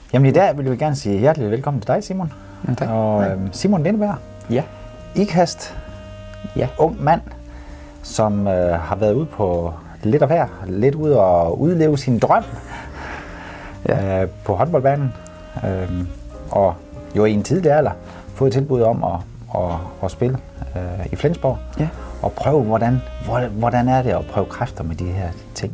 Jamen i dag vil vi gerne sige hjertelig velkommen til dig, Simon. Ja, tak. Og Simon Lindeberg, Ja. ikast, Ja. ung mand, som har været ude på lidt af hver, lidt ude og udleve sin drøm på håndboldbanen. Og jo i en tidlig alder fået tilbud om at spille i Flensborg. Ja. Og prøve, hvordan er det at prøve kræfter med de her ting.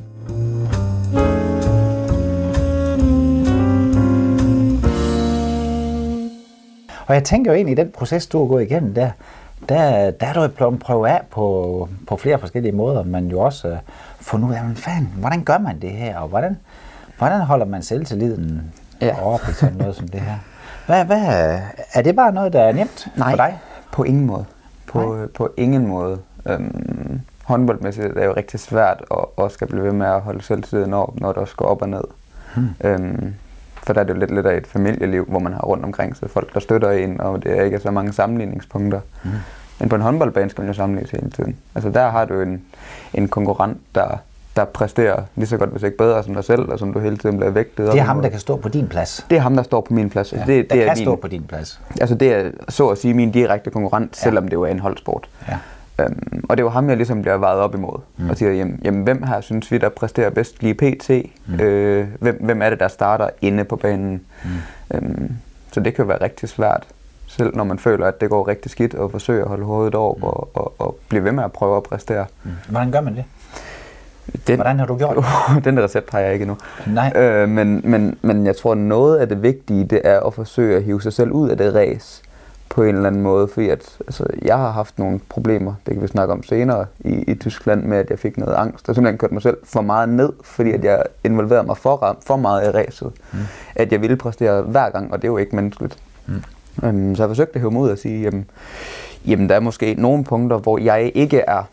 Og jeg tænker jo egentlig, i den proces, du har gået igennem, der er du blevet prøvet af på flere forskellige måder, men jo også fundet ud af, hvordan gør man det her, og hvordan holder man selvtilliden oppe i sådan noget som det her? Er det bare noget, der er nemt for dig? Nej, på ingen måde. På ingen måde. Håndboldmæssigt er det jo rigtig svært at skal blive ved med at holde selvtilliden op, når det også går op og ned. For der er det jo lidt af et familieliv, hvor man har rundt omkring sig folk, der støtter en, og det er ikke så mange sammenligningspunkter. Men på en håndboldbane skal man jo sammenlignes hele tiden. Altså der har du en konkurrent, der præsterer lige så godt, hvis ikke bedre som dig selv, og som du hele tiden bliver vægtet op. Det er ham, der kan stå på din plads. Det er ham, der står på min plads. Ja, det kan er stå på din plads. Altså det er så at sige min direkte konkurrent, selvom det jo er en holdsport. Ja. Og det er jo ham, jeg ligesom bliver vejet op imod. Og siger, jamen hvem her synes vi, der præsterer bedst lige pt? Hvem er det, der starter inde på banen? Så det kan jo være rigtig svært, selv når man føler, at det går rigtig skidt, og forsøger at holde hovedet op og blive ved med at prøve at præstere. Hvordan gør man det? Hvordan har du gjort det? Den recept har jeg ikke endnu. Nej. Men jeg tror, noget af det vigtige, det er at forsøge at hive sig selv ud af det ræs på en eller anden måde, fordi jeg har haft nogle problemer, det kan vi snakke om senere, i Tyskland med, at jeg fik noget angst, og simpelthen kørte mig selv for meget ned, fordi at jeg involverede mig for meget i ræset, at jeg ville præstere hver gang, og det er jo ikke menneskeligt. Så jeg forsøgte at hive mig ud og sige, jamen der er måske nogle punkter, hvor jeg ikke er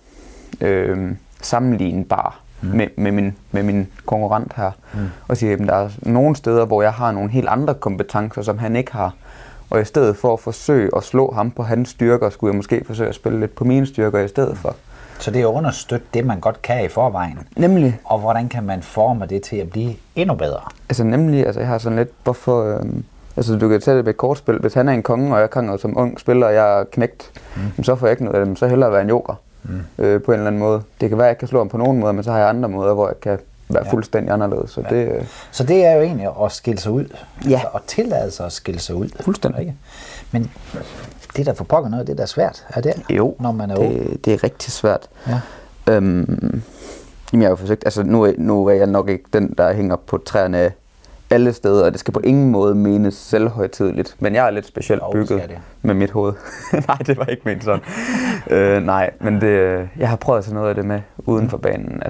sammenlignbar med min konkurrent her, og sige, at der er nogle steder, hvor jeg har nogle helt andre kompetencer, som han ikke har. Og i stedet for at forsøge at slå ham på hans styrker, skulle jeg måske forsøge at spille lidt på mine styrker i stedet for. Så det er at understøtte det, man godt kan i forvejen. Nemlig. Og hvordan kan man forme det til at blive endnu bedre? Jeg har sådan lidt, hvorfor... du kan tage det med et kortspil. Hvis han er en konge, og jeg kan som ung spiller, og jeg er knægt, så får jeg ikke noget af dem. Så hellere være en joker på en eller anden måde. Det kan være, at jeg kan slå ham på nogen måde, men så har jeg andre måder, hvor jeg kan være fuldstændig anderledes. Så det er jo egentlig at skille sig ud. Ja. Altså at tillade sig at skille sig ud. Fuldstændig. Ikke? Men det der for pokker noget, det der er svært, er det? Jo, når man er ung? Det er rigtig svært. Ja. Jamen jeg har jo forsøgt, nu er jeg nok ikke den, der hænger på træerne alle steder, og det skal på ingen måde menes selvhøjtideligt, men jeg er lidt specielt bygget med mit hoved. Nej, det var ikke ment sådan. Nej, men jeg har prøvet sådan noget af det med uden for banen.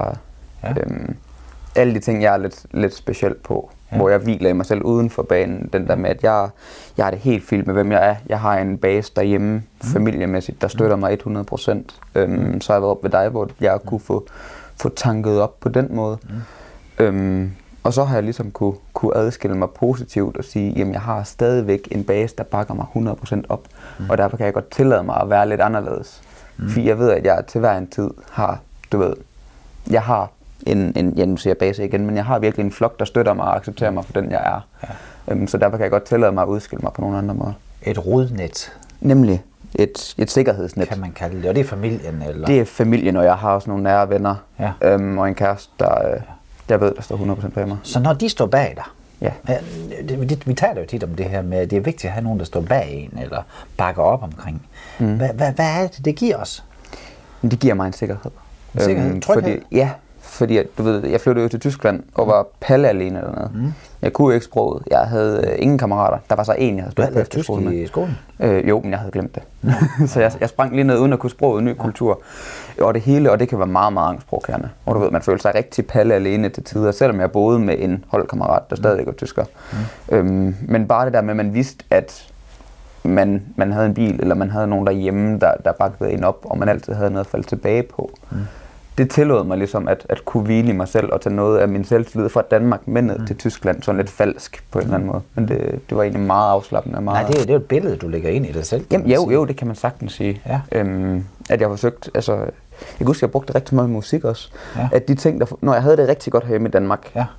Alle de ting, jeg er lidt speciel på, hvor jeg hviler i mig selv uden for banen. Den der med, at jeg er det helt fint med, hvem jeg er. Jeg har en base derhjemme, familiemæssigt, der støtter mig 100%. Så har jeg været op ved dig, hvor jeg kunne få tanket op på den måde. Og så har jeg ligesom kunne adskille mig positivt og sige, jamen jeg har stadigvæk en base, der bakker mig 100% op. Og derfor kan jeg godt tillade mig at være lidt anderledes. Fordi jeg ved, at jeg til hver en tid har, jeg har nu siger jeg base igen, men jeg har virkelig en flok, der støtter mig og accepterer mig for den, jeg er. Ja. Så derfor kan jeg godt tillade mig at udskille mig på nogle andre måder. Et rodnet. Nemlig et sikkerhedsnet. Kan man kalde det, og det er familien? Eller? Det er familien, og jeg har også nogle nære venner, og en kæreste, jeg ved, der står 100% bag mig. Så når de står bag dig, ja. Vi taler jo tit om det her med, at det er vigtigt at have nogen, der står bag en, eller bakker op omkring. Hvad er det giver os? Det giver mig en sikkerhed. En sikkerhed? Tryghed? Fordi jeg flyttede jo til Tyskland og var palle alene dernede. Jeg kunne ikke sproget. Jeg havde ingen kammerater. Der var så en, jeg havde spillet på efterskole med. I skolen? Jo, men jeg havde glemt det. Så jeg sprang lige ned uden at kunne sproget, ny kultur. Og det hele, og det kan være meget, meget angstprovokerende. Og man føler sig rigtig palle alene til tider, selvom jeg boede med en holdkammerat, der stadig var tysker. Men bare det der med, at man vidste, at man havde en bil, eller man havde nogen derhjemme, der bakkede en op, og man altid havde noget at falde tilbage på. Det tillod mig ligesom at kunne hvile i mig selv og tage noget af min selvtillid fra Danmark med ned til Tyskland, sådan lidt falsk på en eller anden måde. Men det var egentlig meget afslappende. Nej, det er jo et billede, du lægger ind i dig selv. Jamen, jo, det kan man sagtens sige. Ja. At jeg har forsøgt, jeg kan huske, jeg brugte rigtig meget musik også. Ja. At de ting, når jeg havde det rigtig godt herhjemme i Danmark,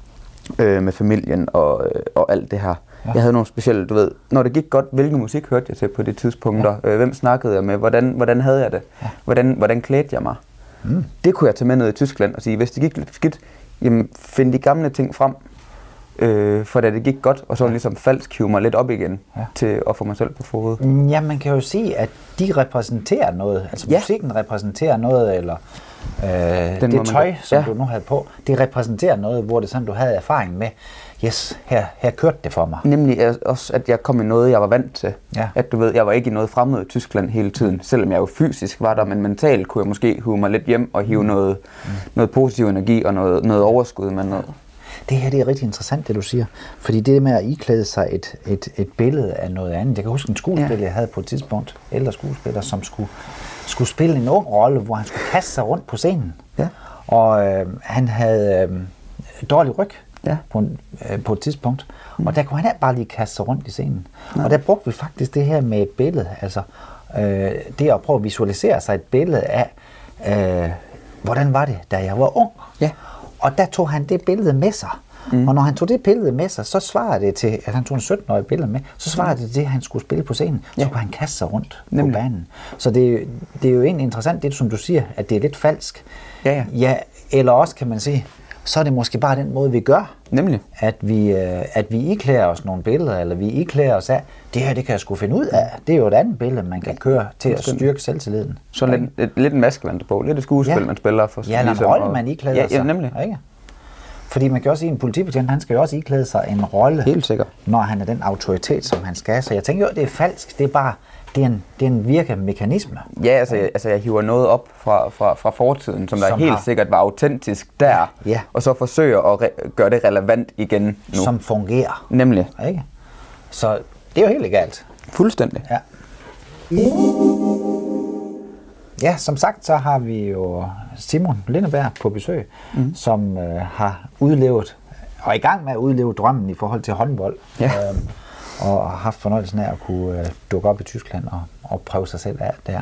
med familien og alt det her. Ja. Jeg havde nogle specielle, du ved, når det gik godt, hvilken musik hørte jeg til på de tidspunkter? Ja. Hvem snakkede jeg med? Hvordan havde jeg det? Ja. Hvordan klædte jeg mig? Det kunne jeg tage med ned i Tyskland og sige, hvis det gik lidt skidt, jamen find de gamle ting frem, for da det gik godt, og så ligesom falsk hive mig lidt op igen til at få mig selv på fod. Ja, man kan jo sige, at de repræsenterer noget, altså musikken repræsenterer noget, eller det tøj, som du nu havde på, det repræsenterer noget, hvor det sådan, du havde erfaring med, yes, her kørte det for mig. Nemlig også, at jeg kom i noget, jeg var vant til. Ja. At du ved, jeg var ikke i noget fremmed i Tyskland hele tiden, selvom jeg jo fysisk var der, men mentalt kunne jeg måske hive mig lidt hjem og hive noget positiv energi og noget overskud med noget. Det her det er rigtig interessant, det du siger. Fordi det med at iklæde sig et billede af noget andet. Jeg kan huske en skuespiller, jeg havde på et tidspunkt, ældre skuespiller, som skulle spille en ung rolle, hvor han skulle kaste sig rundt på scenen. Ja. Og han havde dårlig ryg på et tidspunkt. Og der kunne han bare lige kaste sig rundt i scenen. Ja. Og der brugte vi faktisk det her med et billede. Altså det at prøve at visualisere sig et billede af, hvordan var det, da jeg var ung. Ja. Og der tog han det billede med sig. Og når han tog det billede med sig, så svarede det til, at han tog en 17-årig billede med, så svarede det til, at han skulle spille på scenen. Så kunne han kaste sig rundt på banen. Så det er jo egentlig interessant, det som du siger, at det er lidt falsk. Ja, eller også kan man sige, så er det måske bare den måde, vi gør. Nemlig. At vi iklæder os nogle billeder, eller vi iklæder os af, det her, det kan jeg sgu finde ud af. Det er jo et andet billede, man kan køre til at styrke selvtilliden. Så lidt en maskevand på, lidt et skuespil, man spiller for sig. Ja, eller en rolle, man iklæder sig. Ja, nemlig. Ikke? Fordi man kan også sige, en politibetjent, han skal jo også iklæde sig en rolle, helt sikkert, når han er den autoritet, som han skal. Så jeg tænker jo, det er falsk. Det er bare, det er en virkemekanisme. Ja, altså jeg hiver noget op fra fortiden, som der helt sikkert var autentisk der, og så forsøger at gøre det relevant igen nu. Som fungerer. Nemlig. Ikke? Så det er jo helt legalt. Fuldstændig. Ja. Ja, som sagt, så har vi jo Simon Lindeberg på besøg, som har udlevet, og er i gang med at udleve drømmen i forhold til håndbold, og har haft fornøjelsen af at kunne dukke op i Tyskland og prøve sig selv af der.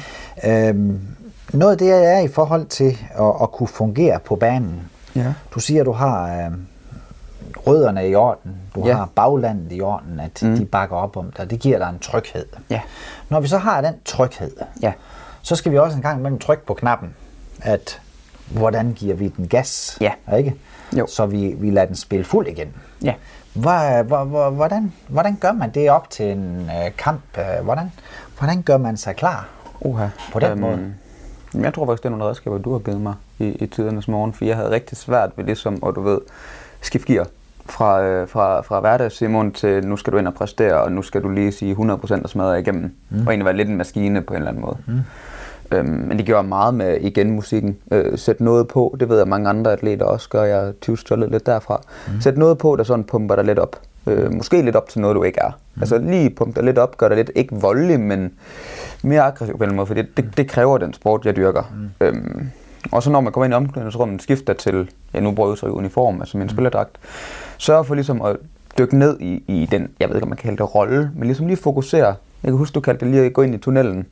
Noget af det er i forhold til at kunne fungere på banen. Ja. Du siger, at du har rødderne i orden, du har baglandet i orden, at de bakker op om dig, det giver dig en tryghed. Ja. Når vi så har den tryghed, så skal vi også en gang imellem trykke på knappen, at hvordan giver vi den gas, ikke? Jo. Så vi lader den spille fuld igen. Ja. Hvordan gør man det op til en kamp? Hvordan gør man sig klar på den måde? Jeg tror faktisk, det er nogle redskaber, du har givet mig i tidernes morgen, for jeg havde rigtig svært ved det som, og du ved, skifte gear fra hverdags Simon til nu skal du ind og præstere, og nu skal du lige sige 100% og smadre igennem, og egentlig være lidt en maskine på en eller anden måde. Men det gjorde meget med igen musikken. Sæt noget på, det ved jeg mange andre atleter også gør, jeg tyvstjålet lidt derfra. Sæt noget på, der sådan pumper dig lidt op. Måske lidt op til noget, du ikke er. Altså lige pumpe dig lidt op, gør dig lidt, ikke voldelig, men mere aggressiv på en måde, for det kræver den sport, jeg dyrker. Og så når man kommer ind i omklædningsrummet, skifter til, nu bruger jeg udtryk uniform, altså min spillerdragt, sørg for ligesom at dykke ned i den, jeg ved ikke, om man kan kalde det rolle, men ligesom lige fokusere. Jeg kan huske, du kaldte det lige at gå ind i tunnelen.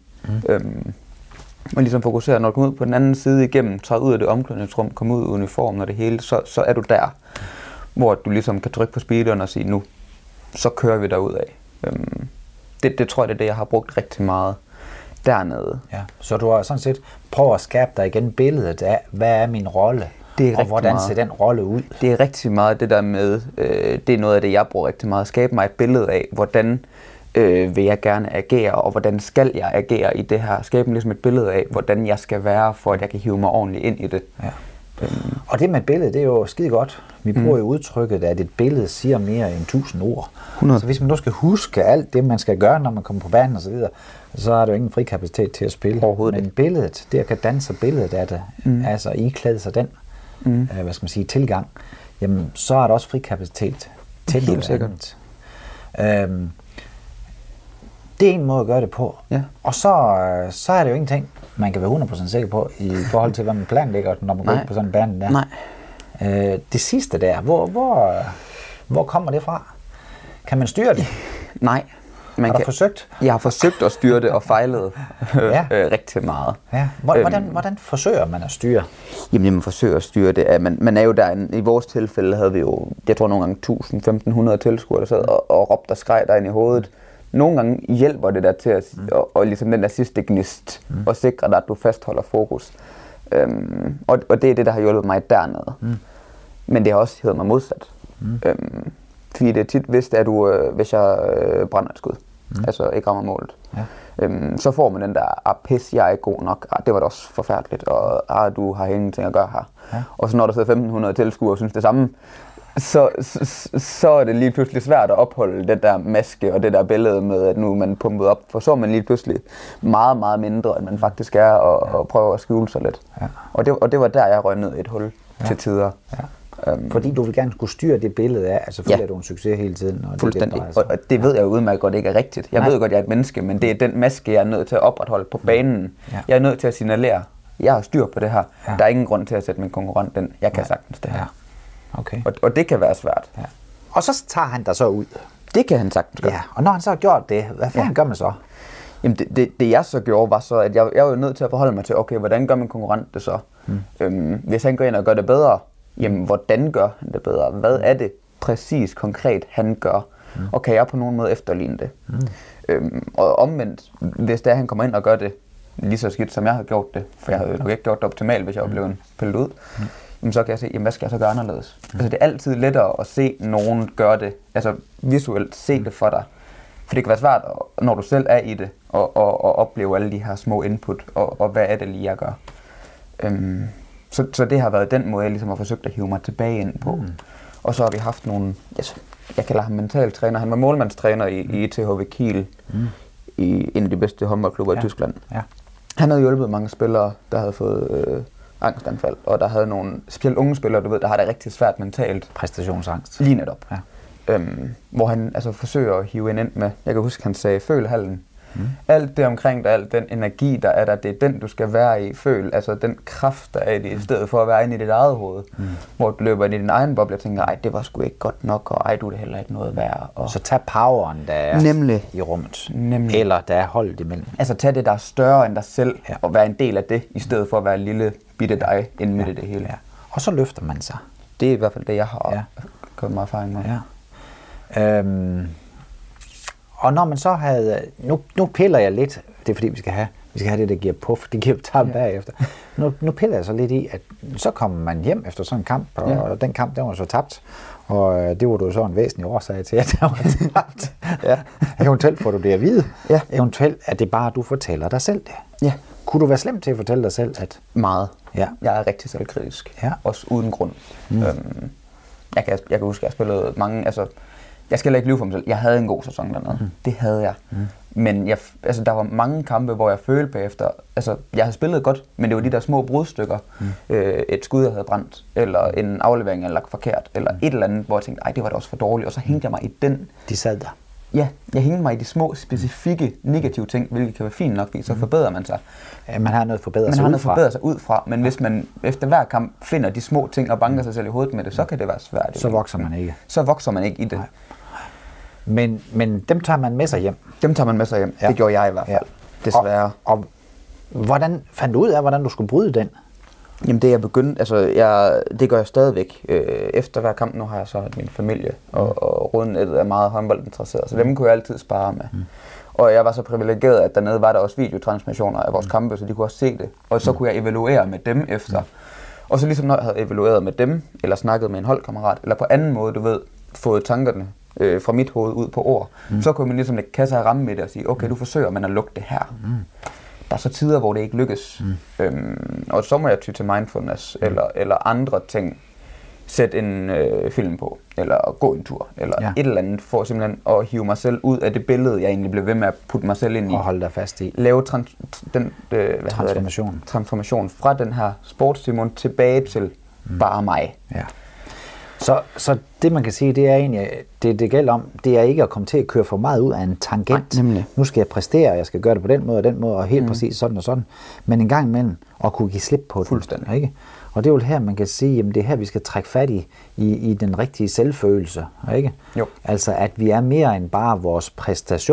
Og ligesom fokusere, når du kommer ud på den anden side igennem, tager ud af det omklædningsrum, kommer ud i uniformen og det hele, så er du der, hvor du ligesom kan trykke på speederen og sige, nu, så kører vi derud af. Det tror jeg, det er det, jeg har brugt rigtig meget dernede. Ja, så du har sådan set prøvet at skabe dig igen billedet af, hvad er min rolle, og hvordan ser den rolle ud? Det er rigtig meget det der med, det er noget af det, jeg bruger rigtig meget, at skabe mig et billede af, hvordan vil jeg gerne agere, og hvordan skal jeg agere i det her. Skabe ligesom et billede af, hvordan jeg skal være, for at jeg kan hive mig ordentligt ind i det. Ja. Og det med et billede, det er jo skide godt. Vi bruger jo udtrykket, at et billede siger mere end 1000 ord. 100. Så hvis man nu skal huske alt det, man skal gøre, når man kommer på banen og så videre, så er der jo ingen frikapacitet til at spille. Overhovedet. Men billedet, det at kan danse billedet af det, altså iklæde sig den, hvad skal man sige, tilgang, jamen så er der også frikapacitet til helt sikkert. Det er en måde at gøre det på. Ja. Og så er det jo ingenting, man kan være 100% sikker på, i forhold til, hvad man planlægger, når man går på sådan en bane der. Nej. Det sidste der, hvor kommer det fra? Kan man styre det? Nej. Har du forsøgt? Jeg har forsøgt at styre det og fejlet rigtig meget. Ja. Hvordan forsøger man at styre? Jamen, man forsøger at styre det. Man er jo der, i vores tilfælde havde vi jo, jeg tror nogle gange 1.000-1.500 tilskuere, der sad og råbte og skreg der ind i hovedet. Nogle gange hjælper det der til at, og ligesom den der sidste gnist, og sikre dig, at du fastholder fokus. Og det er det, der har hjulpet mig dernede. Men det har også heddet mig modsat. Fordi det er tit, hvis jeg brænder et skud, altså ikke rammer målet, så får man den der, pis, jeg er ikke god nok, det var da også forfærdeligt, og du har ingenting at gøre her. Ja. Og så når der sidder 1.500 tilskuere og synes det samme, så er det lige pludselig svært at opholde den der maske og det der billede med, at nu er man pumpet op, for så er man lige pludselig meget, meget mindre, end man faktisk er, og prøver at skjule sig lidt. Ja. Og det var der, jeg røg ned i et hul til tider. Ja. Fordi du vil gerne kunne styre det billede af, altså selvfølgelig er du en succes hele tiden. Og fuldstændig. Og det ved jeg jo udmærket godt ikke er rigtigt. Jeg ved godt, at jeg er et menneske, men det er den maske, jeg er nødt til at opretholde på banen. Ja. Jeg er nødt til at signalere, jeg har styr på det her. Ja. Der er ingen grund til at sætte min konkurrent den. Jeg kan sagtens det her. Ja. Okay. Og det kan være svært. Ja. Og så tager han dig så ud. Det kan han sagtens gøre. Ja. Og når han så har gjort det, hvad fanden gør man så? Jamen det jeg så gjorde, var så, at jeg var jo nødt til at forholde mig til, okay, hvordan gør min konkurrent det så? Hvis han går ind og gør det bedre, jamen hvordan gør han det bedre? Hvad er det præcis konkret, han gør? Og kan jeg på nogen måde efterligne det? Og omvendt, hvis det er, han kommer ind og gør det lige så skidt, som jeg havde gjort det, for jeg havde nok ikke gjort det optimalt, hvis jeg var blevet pillet ud, jamen, så kan jeg se, jamen, hvad skal jeg så gøre anderledes? Altså det er altid lettere at se nogen gøre det, altså visuelt se det for dig. For det kan være svært, når du selv er i det, og opleve alle de her små input, og hvad er det lige, jeg gør. Så det har været den måde, jeg ligesom har forsøgt at hive mig tilbage ind på. Og så har vi haft nogle, jeg kalder ham mentaltræner, han var målmandstræner i THW Kiel, i en af de bedste håndboldklubber i Tyskland. Ja. Han havde hjulpet mange spillere, der havde fået angstanfald, og der havde nogle, specielt unge spillere, du ved, der har det rigtig svært mentalt. Præstationsangst. Lige netop. Ja. Hvor han altså forsøger at hive ind med, jeg kan huske, han sagde, føl hallen. Alt det omkring dig, al den energi, der er der, det er den, du skal være i. Føl, altså den kraft, der er i det, i stedet for at være inde i dit eget hoved. Hvor du løber ind i din egen boble og tænker, ej, det var sgu ikke godt nok, og ej, du er det heller ikke noget værd. Og så tag poweren, der er i rummet. Eller der er holdet imellem. Altså tag det, der er større end dig selv, og være en del af det, i stedet for at være en lille bitte dig inde midt i det hele. Ja. Og så løfter man sig. Det er i hvert fald det, jeg har købt meget erfaring med. Ja. Og når man så havde, nu piller jeg lidt, det er fordi vi skal have det, der giver puff, det giver tab bagefter. Nu piller jeg så lidt i, at så kommer man hjem efter sådan en kamp, og den kamp, den var så tabt. Og det var du så en væsentlig årsag til, at den var tabt. Eventuelt får du det at vide. Ja. Eventuelt er det bare, at du fortæller dig selv det. Ja. Kunne du være slem til at fortælle dig selv, at... Meget. Ja. Jeg er rigtig selvkritisk. Ja. Også uden grund. Jeg kan huske, at jeg spillede mange... Altså, jeg skal heller ikke lyve for mig selv. Jeg havde en god sæson dernede. Det havde jeg. Men der var mange kampe, hvor jeg følte bagefter... Altså, jeg havde spillet godt, men det var de der små brudstykker. Et skud, jeg havde brændt, eller en aflevering, jeg lagt forkert, eller et eller andet, hvor jeg tænkte, ej, det var da også for dårligt. Og så hængte jeg mig i den. De sad der. Ja, jeg hængte mig i de små, specifikke, negative ting, hvilket kan være fint nok, så forbedrer man sig. Ja, man har noget at forbedre sig ud fra. Men hvis man efter hver kamp finder de små ting og banker sig selv i hovedet med det, så kan det være svært. Så vokser man ikke. Så vokser man ikke i det. Nej. Men dem tager man med sig hjem. Dem tager man med sig hjem. Ja. Det gjorde jeg i hvert fald. Desværre. Og hvordan fandt du ud af, hvordan du skulle bryde den? Jamen det jeg begyndte, det gør jeg stadigvæk. Efter hver kamp, nu har jeg så min familie, og Rødnettet er meget håndboldinteresseret, så dem kunne jeg altid spare med. Og jeg var så privilegeret, at dernede var der også videotransmissioner af vores kampe, så de kunne også se det. Og så kunne jeg evaluere med dem efter. Og så ligesom når jeg havde evalueret med dem, eller snakket med en holdkammerat, eller på anden måde, du ved, fået tankerne fra mit hoved ud på ord, så kunne man ligesom lægge kasser af ramme med det og sige, okay, du forsøger man at lukke det her. Der er så tider, hvor det ikke lykkes. Og så må jeg ty til mindfulness, eller andre ting. Sæt en film på, eller gå en tur, eller et eller andet, for simpelthen at hive mig selv ud af det billede, jeg egentlig blev ved med at putte mig selv ind i. Og holde dig fast i. Lave transformation fra den her sports-Simon tilbage til bare mig. Ja. Så det man kan sige, det er egentlig, det gælder om, det er ikke at komme til at køre for meget ud af en tangent. Nej, nu skal jeg præstere, jeg skal gøre det på den måde og den måde, og helt præcis sådan og sådan. Men en gang imellem at kunne give slip på det. Fuldstændig. Ikke? Og det er jo her, man kan sige, jamen det er her, vi skal trække fat i den rigtige selvfølelse. Ikke? Jo. Altså, at vi er mere end bare vores præstation.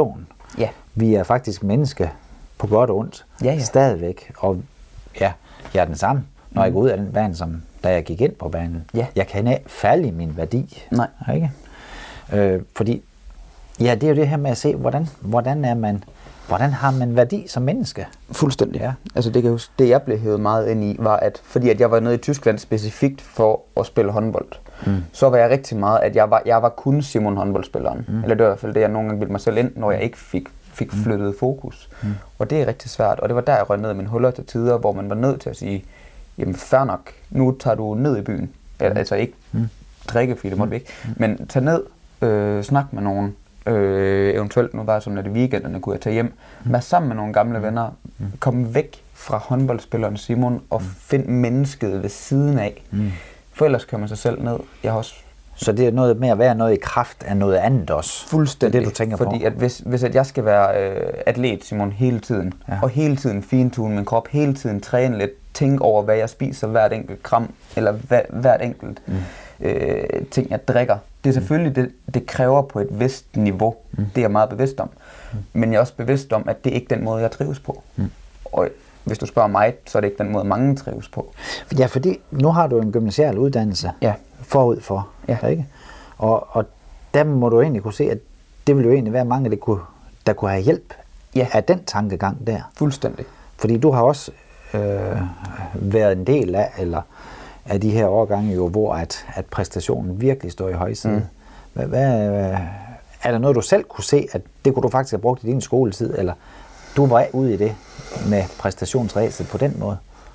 Ja. Vi er faktisk mennesker på godt og ondt. Ja. Stadigvæk. Og ja, jeg er den samme, når jeg går ud af den bane, som da jeg gik ind på banen. Ja. Jeg kan ikke falde i min værdi. Nej. Ikke? Fordi, ja, det er jo det her med at se, hvordan har man værdi som menneske? Fuldstændig. Ja. Altså det jeg blev hævet meget ind i, var at fordi at jeg var nede i Tyskland specifikt for at spille håndbold, så var jeg rigtig meget, at jeg var kun Simon håndboldspilleren. Eller det var i hvert fald det, jeg nogle gange bildte mig selv ind, når jeg ikke fik flyttet fokus. Og det er rigtig svært, og det var der, jeg røg ned i mine huller til tider, hvor man var nødt til at sige, jamen fair nok, nu tager du ned i byen. Altså ikke drikke, fordi det måtte vi ikke, men tag ned, snak med nogen. Eventuelt nu var det sådan, at i weekenderne kunne jeg tage hjem, være sammen med nogle gamle venner, komme væk fra håndboldspilleren Simon og finde mennesket ved siden af. For ellers kører man sig selv ned. Så det er noget med at være noget i kraft af noget andet også? Fuldstændig. Det du tænker fordi på? At hvis at jeg skal være atlet, Simon, hele tiden, og hele tiden fintune min krop, hele tiden træne lidt, tænke over, hvad jeg spiser hvert enkelt gram, eller hvert enkelt ting, jeg drikker. Det er selvfølgelig, det kræver på et vist niveau. Det er jeg meget bevidst om. Men jeg er også bevidst om, at det ikke er den måde, jeg trives på. Og hvis du spørger mig, så er det ikke den måde, mange trives på. Ja, fordi nu har du en gymnasial uddannelse forud for, ikke? Og der må du egentlig kunne se, at det vil jo egentlig være mange, der kunne have hjælp af den tankegang der. Fuldstændig. Fordi du har også været en del af de her årgange, jo, hvor at præstationen virkelig står i højsiden. Er der noget, du selv kunne se, at det kunne du faktisk have brugt i din skoletid, eller du var ude i det med præstationsræset på den måde?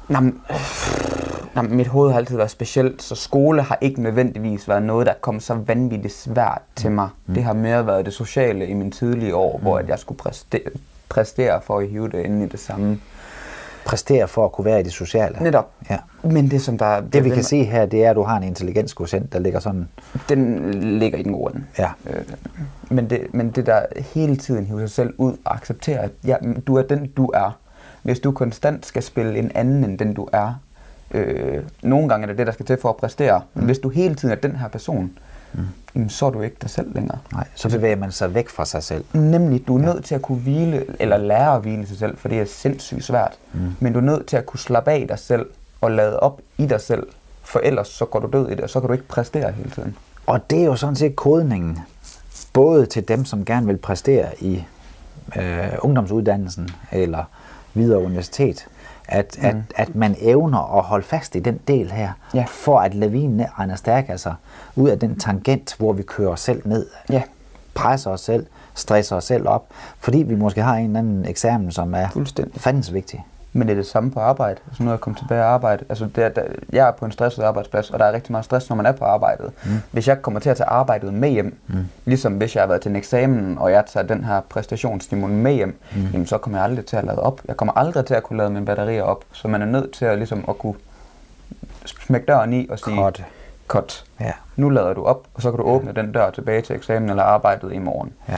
Mit hoved har altid været specielt, så skole har ikke nødvendigvis været noget, der kom så vanvittigt svært til mig. Det har mere været det sociale i mine tidlige år, hvor jeg skulle præstere for at hive det inde i det samme. Præstere for at kunne være i det sociale? Netop. Ja. Men det som der... Det vi kan se her, det er, at du har en intelligenskvotient, der ligger sådan... Den ligger i den gode ende. Ja. Men det der hele tiden hiver sig selv ud og acceptere, at du er den, du er. Hvis du konstant skal spille en anden end den, du er, nogle gange er det det, der skal til for at præstere. Men hvis du hele tiden er den her person, så er du ikke dig selv længere. Nej, så bevæger man sig væk fra sig selv. Nemlig, du er nødt til at kunne hvile, eller lære at hvile sig selv, for det er sindssygt svært. Men du er nødt til at kunne slappe af dig selv, og lade op i dig selv, for ellers så går du død i det, og så kan du ikke præstere hele tiden. Og det er jo sådan set kodningen, både til dem, som gerne vil præstere i ungdomsuddannelsen, eller videre universitet, at man evner at holde fast i den del her, for at lavinen regner stærk, altså ud af den tangent, hvor vi kører os selv ned, presser os selv, stresser os selv op, fordi vi måske har en eller anden eksamen, som er fandens vigtig. Men det er det samme på arbejde. Altså nu er jeg kommet tilbage og arbejde. Altså jeg er på en stresset arbejdsplads, og der er rigtig meget stress, når man er på arbejdet. Hvis jeg kommer til at tage arbejdet med hjem, ligesom hvis jeg har været til en eksamen, og jeg tager den her præstationsstimul med hjem, jamen, så kommer jeg aldrig til at lade op. Jeg kommer aldrig til at kunne lade mine batterier op. Så man er nødt til at, ligesom, at kunne smække døren i og sige, cut. Ja. Nu lader du op, og så kan du åbne den dør tilbage til eksamen eller arbejdet i morgen. Ja.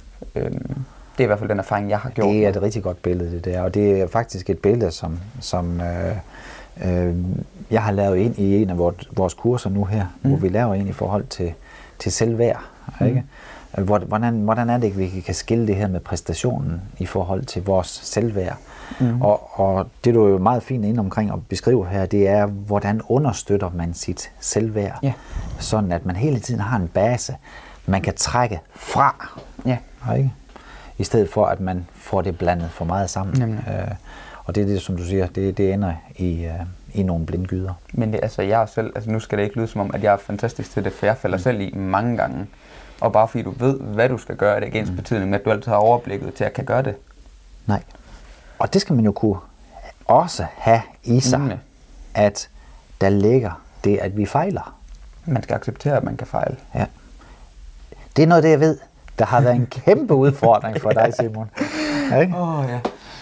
Det er i hvert fald den erfaring, jeg har gjort. Det er et rigtig godt billede, det der. Og det er faktisk et billede, som jeg har lavet ind i en af vores kurser nu her, hvor vi laver ind i forhold til selvværd. Ikke? Hvordan er det, vi kan skille det her med præstationen i forhold til vores selvværd? Og det, du er jo meget fint inde omkring at beskrive her, det er, hvordan understøtter man sit selvværd, sådan at man hele tiden har en base, man kan trække fra. Ikke? I stedet for, at man får det blandet for meget sammen. Og det er det, som du siger, det ender i nogle blindgyder. Men det, altså, jeg selv, altså, nu skal det ikke lyde som om, at jeg er fantastisk til det, for jeg falder selv i mange gange. Og bare fordi du ved, hvad du skal gøre, er det ikke ens betydning med, at du altid har overblikket til at kan gøre det. Nej. Og det skal man jo kunne også have i sig, at der ligger det, at vi fejler. Man skal acceptere, at man kan fejle. Ja. Det er noget, det jeg ved. Der har været en kæmpe udfordring for dig, Simon. Ikke? Ja.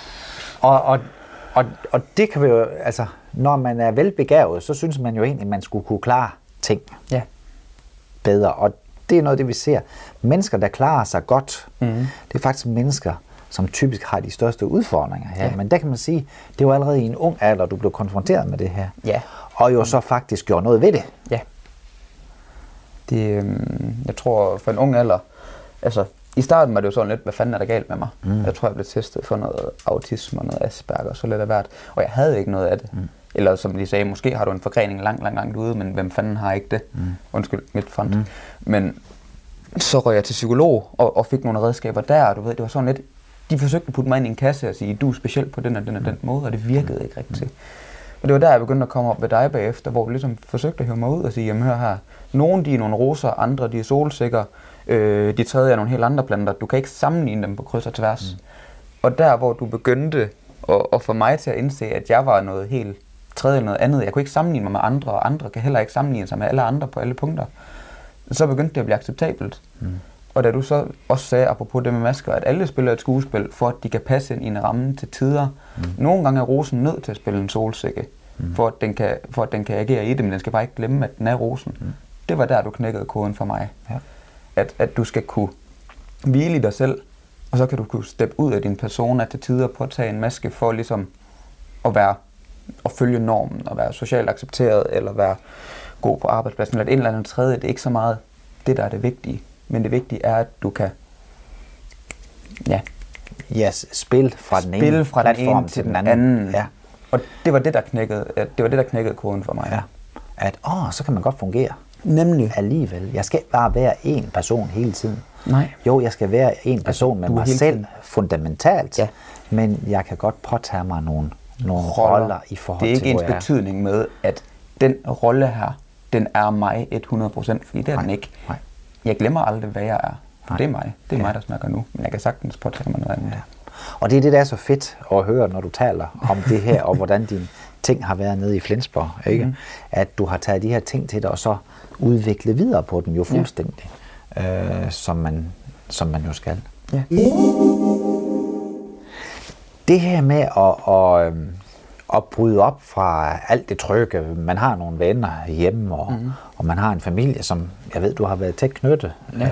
Og det kan vi jo, altså, når man er velbegavet, så synes man jo egentlig, at man skulle kunne klare ting bedre. Og det er noget, det vi ser. Mennesker, der klarer sig godt, det er faktisk mennesker, som typisk har de største udfordringer her. Men der kan man sige, det var allerede i en ung alder, du blev konfronteret med det her. Og jo så faktisk gjorde noget ved det. Ja. Det, jeg tror, for en ung alder, altså I starten var det jo sådan lidt, hvad fanden er der galt med mig? Jeg tror, jeg blev testet for noget autisme og noget Asperger, så lidt af hvert. Og jeg havde ikke noget af det. Eller som de sagde, måske har du en forgrening langt ude, men hvem fanden har ikke det? Undskyld, mit front. Men så røg jeg til psykolog og fik nogle redskaber der, og du ved, det var sådan lidt, de forsøgte at putte mig ind i en kasse og sige, du er speciel på den og den måde, og det virkede ikke rigtigt. Og det var der, jeg begyndte at komme op ved dig bagefter, hvor du ligesom forsøgte at hive mig ud og sige, jamen hør her, nogle de er nogle roser, andre de er solsikker, de tredje er nogle helt andre planter, du kan ikke sammenligne dem på kryds og tværs. Og der, hvor du begyndte at få mig til at indse, at jeg var noget helt tredje eller noget andet, jeg kunne ikke sammenligne mig med andre, og andre kan heller ikke sammenligne sig med alle andre på alle punkter, så begyndte det at blive acceptabelt. Og da du så også sagde, apropos det med masker, at alle spiller et skuespil, for at de kan passe ind i en ramme til tider. Nogle gange er rosen nødt til at spille en solsikke, for at den kan agere i det, men den skal bare ikke glemme, at den er rosen. Det var der, du knækkede koden for mig. Ja. At du skal kunne hvile i dig selv, og så kan du kunne steppe ud af din persona til tider, påtage en maske for ligesom at følge normen, og være socialt accepteret, eller være god på arbejdspladsen, eller et eller andet tredje. Det er ikke så meget det, der er det vigtige. Men det vigtige er, at du kan spille fra den ene platform til den anden. Ja. Og det var det, der knækkede koden for mig. Ja. At så kan man godt fungere. Nemlig. Alligevel. Jeg skal ikke bare være én person hele tiden. Nej. Jo, jeg skal være én person med mig selv fundamentalt, men jeg kan godt påtage mig nogle roller i forhold til, det er ikke ens betydning med, at den rolle her, den er mig 100%, fordi det er den ikke. Nej. Jeg glemmer aldrig, hvad jeg er. For det er mig. Det er mig, der snakker nu. Men jeg kan sagtens påtage mig noget andet. Ja. Og det er det, der er så fedt at høre, når du taler om det her, og hvordan dine ting har været nede i Flensborg. Ikke? At du har taget de her ting til dig, og så udvikle videre på dem jo fuldstændig. Som man jo skal. Ja. Det her med at bryde op fra alt det trygge. Man har nogle venner hjemme, og man har en familie, som jeg ved, du har været tæt knyttet.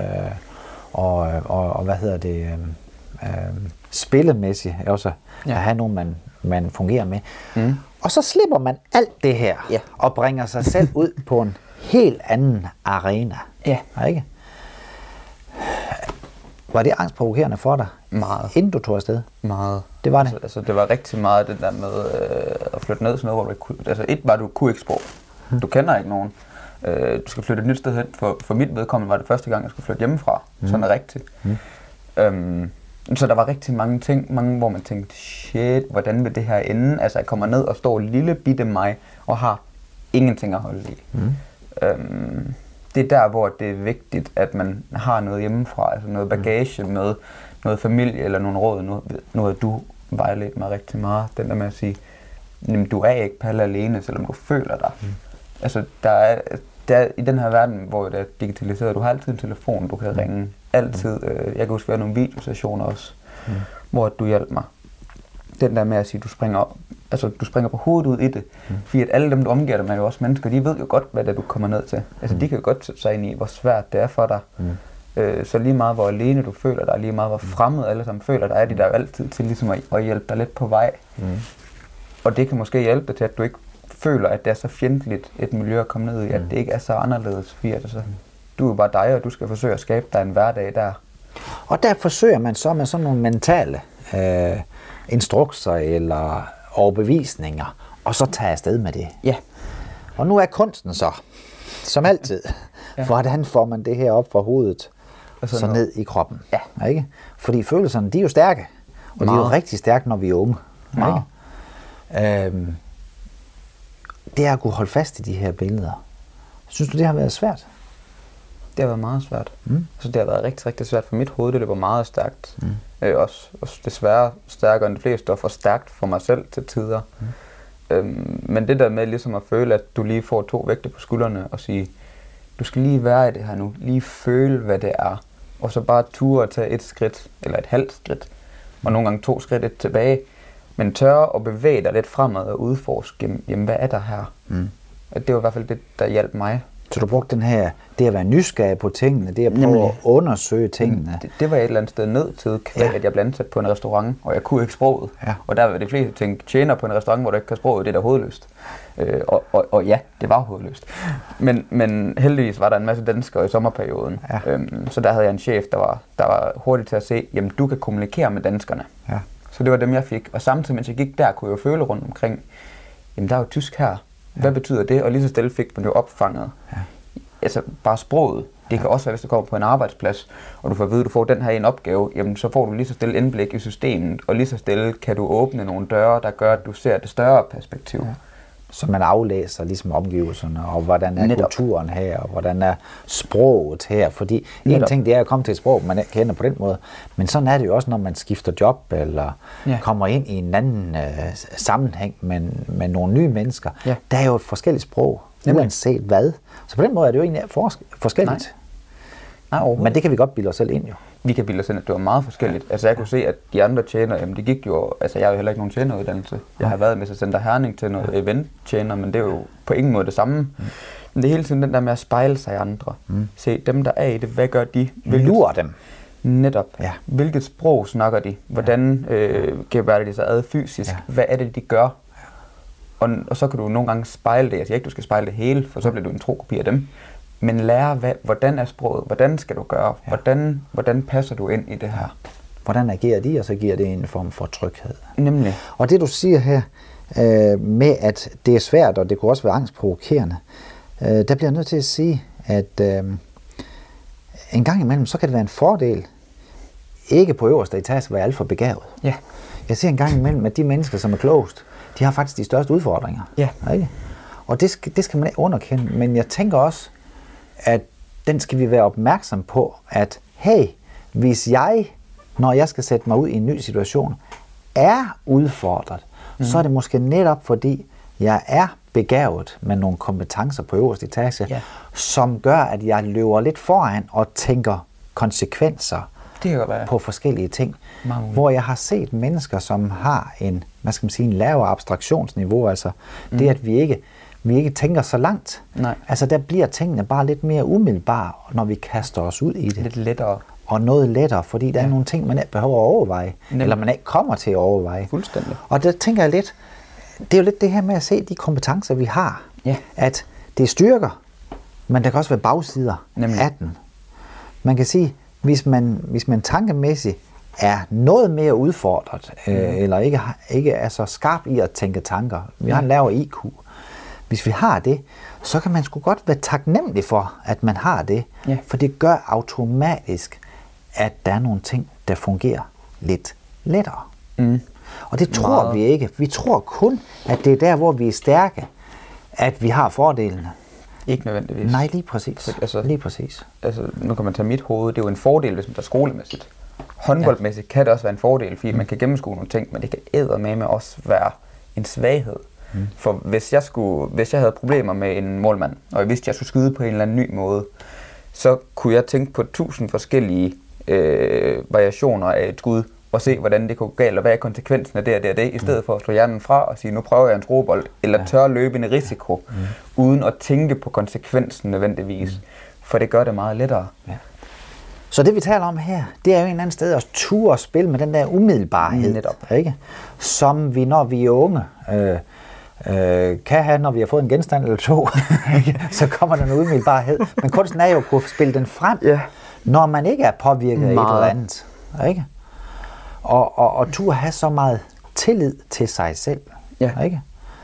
Og hvad hedder det? Spillemæssigt også at have nogen, man fungerer med. Og så slipper man alt det her og bringer sig selv ud på en helt anden arena. Ja. Ikke? Var det angstprovokerende for dig? Meget. Inden du tog afsted? Meget. Det var det? Altså det var rigtig meget det der med at flytte ned til noget, hvor du ikke kunne... Altså du kunne ikke sprog. Du kender ikke nogen. Du skal flytte et nyt sted hen. For mit vedkommende var det første gang, jeg skulle flytte hjemmefra. Sådan er rigtigt. Så der var rigtig mange ting, hvor man tænkte, shit, hvordan vil det her ende? Altså jeg kommer ned og står lille bitte mig og har ingenting at holde i. Det er der, hvor det er vigtigt, at man har noget hjemmefra, altså noget bagage med noget familie eller nogle råd, noget du vejledte mig rigtig meget. Den der med at sige, jamen, du er ikke Palle alene, selvom du føler dig. Altså der er i den her verden, hvor det er digitaliseret, du har altid en telefon, du kan ringe. Altid. Jeg kan huske, vi har nogle videosessioner også, hvor du hjalp mig. Den der med at sige, du springer på hovedet ud i det. Fordi at alle dem, du omgiver dig med, er jo også mennesker, de ved jo godt, hvad det er, du kommer ned til. Altså de kan jo godt sætte sig ind i, hvor svært det er for dig. Så lige meget, hvor alene du føler dig, lige meget, hvor fremmed alle sammen føler dig, er de der jo altid til ligesom at hjælpe dig lidt på vej. Og det kan måske hjælpe dig til, at du ikke føler, at det er så fjendtligt et miljø at komme ned i, at det ikke er så anderledes, fordi at du er bare dig, og du skal forsøge at skabe dig en hverdag der. Og der forsøger man så med sådan nogle mentale instrukser eller overbevisninger, og så tage afsted med det. Ja. Og nu er kunsten så, som altid, hvordan får man det her op fra hovedet, så ned i kroppen. Ja. Ikke? Fordi følelserne, de er jo stærke, og de er jo rigtig stærke, når vi er unge. Det er at kunne holde fast i de her billeder. Synes du, det har været svært? Det har været meget svært. Så det har været rigtig, rigtig svært for mit hoved. Det var meget stærkt. Også desværre stærkere end de fleste, og for stærkt for mig selv til tider. Men det der med ligesom at føle, at du lige får 2 vægte på skuldrene og sige, du skal lige være i det her nu. Lige føle, hvad det er. Og så bare ture at tage 1 skridt, eller et halvt skridt. Og nogle gange 2 skridt et tilbage. Men tørre at bevæge dig lidt fremad og udforske, jamen hvad er der her? Og det var i hvert fald det, der hjalp mig. Så du brugte den her, det at være nysgerrig på tingene, det at prøve at undersøge tingene. Det var jeg et eller andet sted nødt til, at jeg blev ansat på en restaurant, og jeg kunne ikke sproget. Og der var de fleste ting, tjener på en restaurant, hvor du ikke kan sproget, det er da hovedløst. Og ja, det var hovedløst. Men heldigvis var der en masse danskere i sommerperioden. Ja. Så der havde jeg en chef, der var hurtig til at se, jamen du kan kommunikere med danskerne. Ja. Så det var dem, jeg fik. Og samtidig, mens jeg gik der, kunne jeg jo føle rundt omkring, jamen der er jo tysk her. Hvad betyder det? Og lige så stille fik man jo opfanget. Ja. Altså bare sproget. Det kan også være, hvis du kommer på en arbejdsplads, og du får at vide, at du får den her en opgave, jamen så får du lige så stille indblik i systemet, og lige så stille kan du åbne nogle døre, der gør, at du ser det større perspektiv. Ja. Så man aflæser ligesom omgivelserne, og hvordan er kulturen her, og hvordan er sproget her. Fordi en ting, det er at komme til et sprog, man kender på den måde, men sådan er det jo også, når man skifter job, eller kommer ind i en anden sammenhæng med nogle nye mennesker. Ja. Der er jo et forskelligt sprog, uanset hvad. Så på den måde er det jo egentlig forskelligt. Nej, men det kan vi godt bilde os selv ind jo. Vi kan bilde os ind, at det var meget forskelligt. Altså jeg kunne se, at de andre tjener, jamen det gik jo, altså jeg har jo heller ikke nogen tjeneruddannelse. Jeg har været med til Center Herning til noget event-tjener, men det er jo på ingen måde det samme. Men det er hele tiden den der med at spejle sig i andre. Se dem, der er i det, hvad gør de? Lurer dem. Netop. Ja. Hvilket sprog snakker de? Hvordan gebærder de sig ad fysisk? Ja. Hvad er det, de gør? Og så kan du nogle gange spejle det. Jeg siger ikke, du skal spejle det hele, for så bliver du en trokopi af dem. Men lære, hvordan er sproget? Hvordan skal du gøre? Hvordan passer du ind i det her? Hvordan agerer de, og så giver det en form for tryghed. Nemlig. Og det du siger her, med at det er svært, og det kunne også være angstprovokerende, der bliver jeg nødt til at sige, at en gang imellem, så kan det være en fordel, ikke på øverste etage, at være alt for begavet. Ja. Jeg siger en gang imellem, at de mennesker, som er klogest, de har faktisk de største udfordringer. Ja. Ikke? Og det skal man ikke underkende, men jeg tænker også, at den skal vi være opmærksom på, at hey, hvis jeg, når jeg skal sætte mig ud i en ny situation, er udfordret, så er det måske netop fordi, jeg er begavet med nogle kompetencer på øverste etage, som gør, at jeg løber lidt foran og tænker konsekvenser på forskellige ting. Hvor jeg har set mennesker, som har en, hvad skal man sige, en lavere abstraktionsniveau, altså det, at vi ikke tænker så langt. Nej. Altså der bliver tingene bare lidt mere umiddelbare, når vi kaster os ud i det. Lidt lettere. Og noget lettere, fordi der er nogle ting, man ikke behøver at overveje, eller man ikke kommer til at overveje. Fuldstændig. Og der tænker jeg lidt, det er jo lidt det her med at se de kompetencer, vi har. Ja. At det er styrker, men der kan også være bagsider af den. Man kan sige, hvis man tankemæssigt er noget mere udfordret, eller ikke er så skarp i at tænke tanker, vi har en lavere IQ. Hvis vi har det, så kan man sgu godt være taknemmelig for, at man har det, for det gør automatisk, at der er nogle ting, der fungerer lidt lettere. Og det tror vi ikke. Vi tror kun, at det er der, hvor vi er stærke, at vi har fordelene. Ikke nødvendigvis. Nej, lige præcis. Lige præcis. Altså, nu kan man tage mit hoved. Det er jo en fordel, hvis man tager skolemæssigt. Håndboldmæssigt kan det også være en fordel, fordi man kan gennemskue nogle ting, men det kan eddermame også være en svaghed. For hvis jeg havde problemer med en målmand, og jeg vidste, at jeg skulle skyde på en eller anden ny måde, så kunne jeg tænke på 1000 forskellige variationer af et skud, og se, hvordan det kunne gå galt, og hvad er konsekvensen af det og det, i stedet for at slå hjernen fra og sige, nu prøver jeg en throbold, eller tør løbe en risiko, uden at tænke på konsekvensen nødvendigvis, for det gør det meget lettere. Ja. Så det vi taler om her, det er jo en eller anden sted at ture og spille med den der umiddelbarhed, ikke? Som vi, når vi er unge, kan have, når vi har fået en genstand eller to, så kommer der en umiddelbarhed. Men kunsten er jo at kunne spille den frem, når man ikke er påvirket af et eller andet. Ikke? Og turde have så meget tillid til sig selv. Ikke?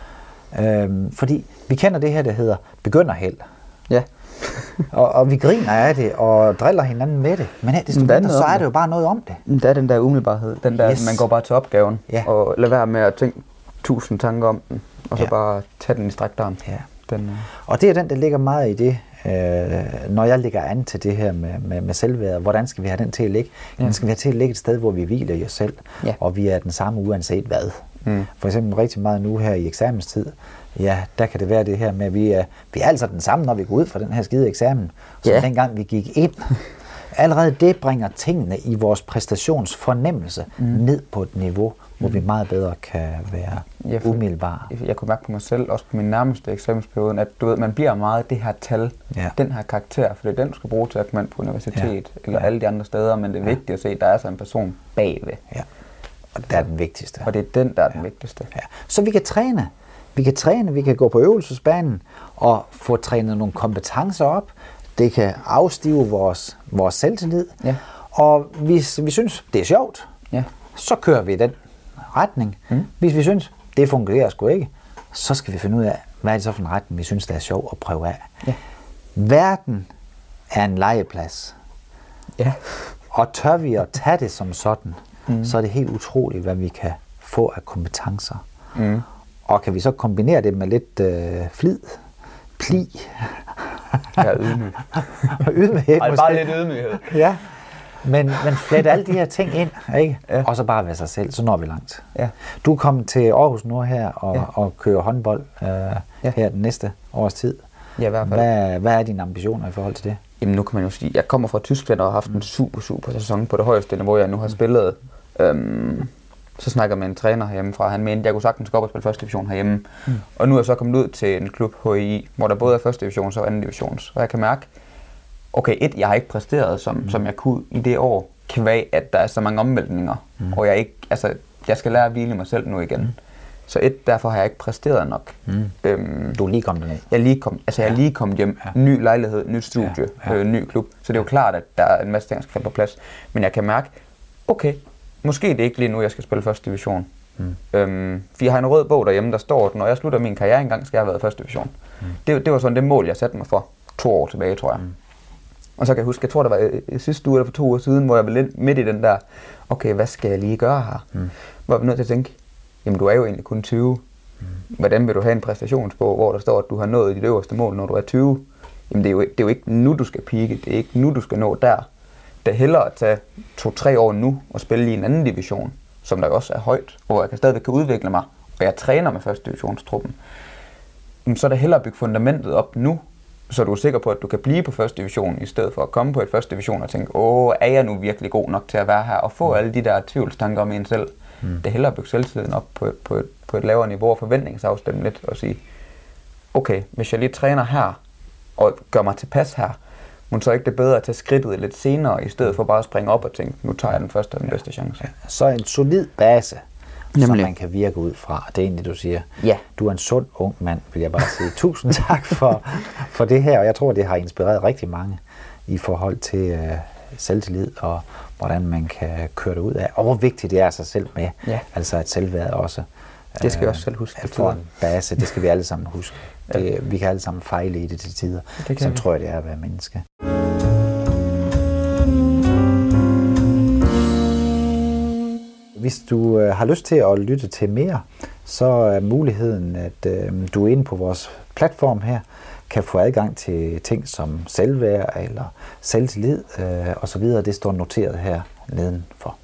Fordi vi kender det her, der hedder begynderheld. Ja. og vi griner af det og driller hinanden med det. Men her, så er det jo bare noget om det. Der er den der umiddelbarhed. Den der, man går bare til opgaven og lader være med at tænke 1000 tanker om den. Og så bare tage den i strakt arm. Ja. Og det er den, der ligger meget i det, når jeg lægger an til det her med selvværd. Hvordan skal vi have den til at ligge? Den skal vi have til at ligge et sted, hvor vi hviler i os selv, og vi er den samme uanset hvad. For eksempel rigtig meget nu her i eksamenstid, der kan det være det her med, at vi er altså den samme, når vi går ud fra den her skide eksamen, som dengang vi gik ind. Allerede det bringer tingene i vores præstationsfornemmelse ned på et niveau, hvor vi meget bedre kan være umiddelbare. Jeg kunne mærke på mig selv, også på min nærmeste eksamensperiode, at du ved, man bliver meget det her tal, den her karakter, for det er den, du skal bruge til at komme ind på universitet, eller alle de andre steder, men det er vigtigt at se, at der er så en person bagved. Ja. Og det er den vigtigste. Og det er den, der er den vigtigste. Ja. Så vi kan træne Vi kan træne, vi kan gå på øvelsesbanen og få trænet nogle kompetencer op. Det kan afstive vores selvtillid. Ja. Og hvis vi synes, det er sjovt, så kører vi i den retning. Hvis vi synes, det fungerer sgu ikke, så skal vi finde ud af, hvad er det så for en retning, vi synes, det er sjovt at prøve af. Ja. Verden er en legeplads. Ja. Og tør vi at tage det som sådan, så er det helt utroligt, hvad vi kan få af kompetencer. Og kan vi så kombinere det med lidt pli. Ja, ydmyg. Ydmyghed måske. Bare lidt ydmyghed. Ja. Men flette alle de her ting ind, ikke? Ja. Og så bare være sig selv, så når vi langt. Ja. Du er kommet til Aarhus nu her og kører håndbold her den næste års tid. Ja, i hvert fald. Hvad er dine ambitioner i forhold til det? Jamen nu kan man jo sige, jeg kommer fra Tyskland og har haft en super sæson på det højeste niveau, jeg nu har spillet. Så snakker jeg med en træner herhjemmefra, han mente, at jeg kunne sagtens gå op og spille første division herhjemme. Og nu er jeg så kommet ud til en klub, HI, hvor der både er første divisions og anden divisions. Og jeg kan mærke, okay, jeg har ikke præsteret, som jeg kunne i det år, kvæg, at der er så mange omvæltninger, og jeg skal lære at hvile mig selv nu igen. Så derfor har jeg ikke præsteret nok. Du er lige kommet ned. Jeg er lige kommet hjem. Ja. Ny lejlighed, nyt studie, ny klub. Så det er jo klart, at der er en masse ting, der skal falde på plads. Men jeg kan mærke, okay, måske det er ikke lige nu, jeg skal spille første division. For jeg har en rød bog derhjemme, der står, at når jeg slutter min karriere engang, skal jeg have været første division. Det var sådan det mål, jeg satte mig for 2 år tilbage, tror jeg. Og så kan jeg huske, jeg tror, det var sidste uge eller for 2 uger siden, hvor jeg var lidt midt i den der, okay, hvad skal jeg lige gøre her? Hvor jeg var nødt til at tænke, jamen du er jo egentlig kun 20. Hvordan vil du have en præstationsbog, hvor der står, at du har nået dit øverste mål, når du er 20? Jamen det er jo ikke nu, du skal peake. Det er ikke nu, du skal nå der. Det er hellere at tage 2-3 år nu og spille i en anden division, som der også er højt, hvor jeg stadigvæk kan udvikle mig, og jeg træner med første divisionstruppen. Så er det hellere at bygge fundamentet op nu, så du er sikker på, at du kan blive på første division, i stedet for at komme på et første division og tænke, er jeg nu virkelig god nok til at være her, og få alle de der tvivlstanker om en selv. Det er hellere at bygge selvtilliden op på et lavere niveau og forventningsafstemme lidt og sige, okay, hvis jeg lige træner her og gør mig tilpas her, men så er ikke det bedre at tage skridtet lidt senere, i stedet for bare at springe op og tænke, nu tager jeg den første og den bedste chance. Ja. Så en solid base, som man kan virke ud fra. Det er egentlig, du siger. Ja. Du er en sund ung mand, vil jeg bare sige. Tusind tak for det her, og jeg tror, det har inspireret rigtig mange i forhold til selvtillid og hvordan man kan køre det ud af, og hvor vigtigt det er sig selv med, altså at selvværd også. Det skal vi også selv huske. At få en base, det skal vi alle sammen huske. Vi kan alle sammen fejle i det til tider. Sådan tror jeg, det er at være menneske. Hvis du har lyst til at lytte til mere, så er muligheden, at du er inde på vores platform her, kan få adgang til ting som selvværd eller selvtillid osv. Det står noteret her nedenfor.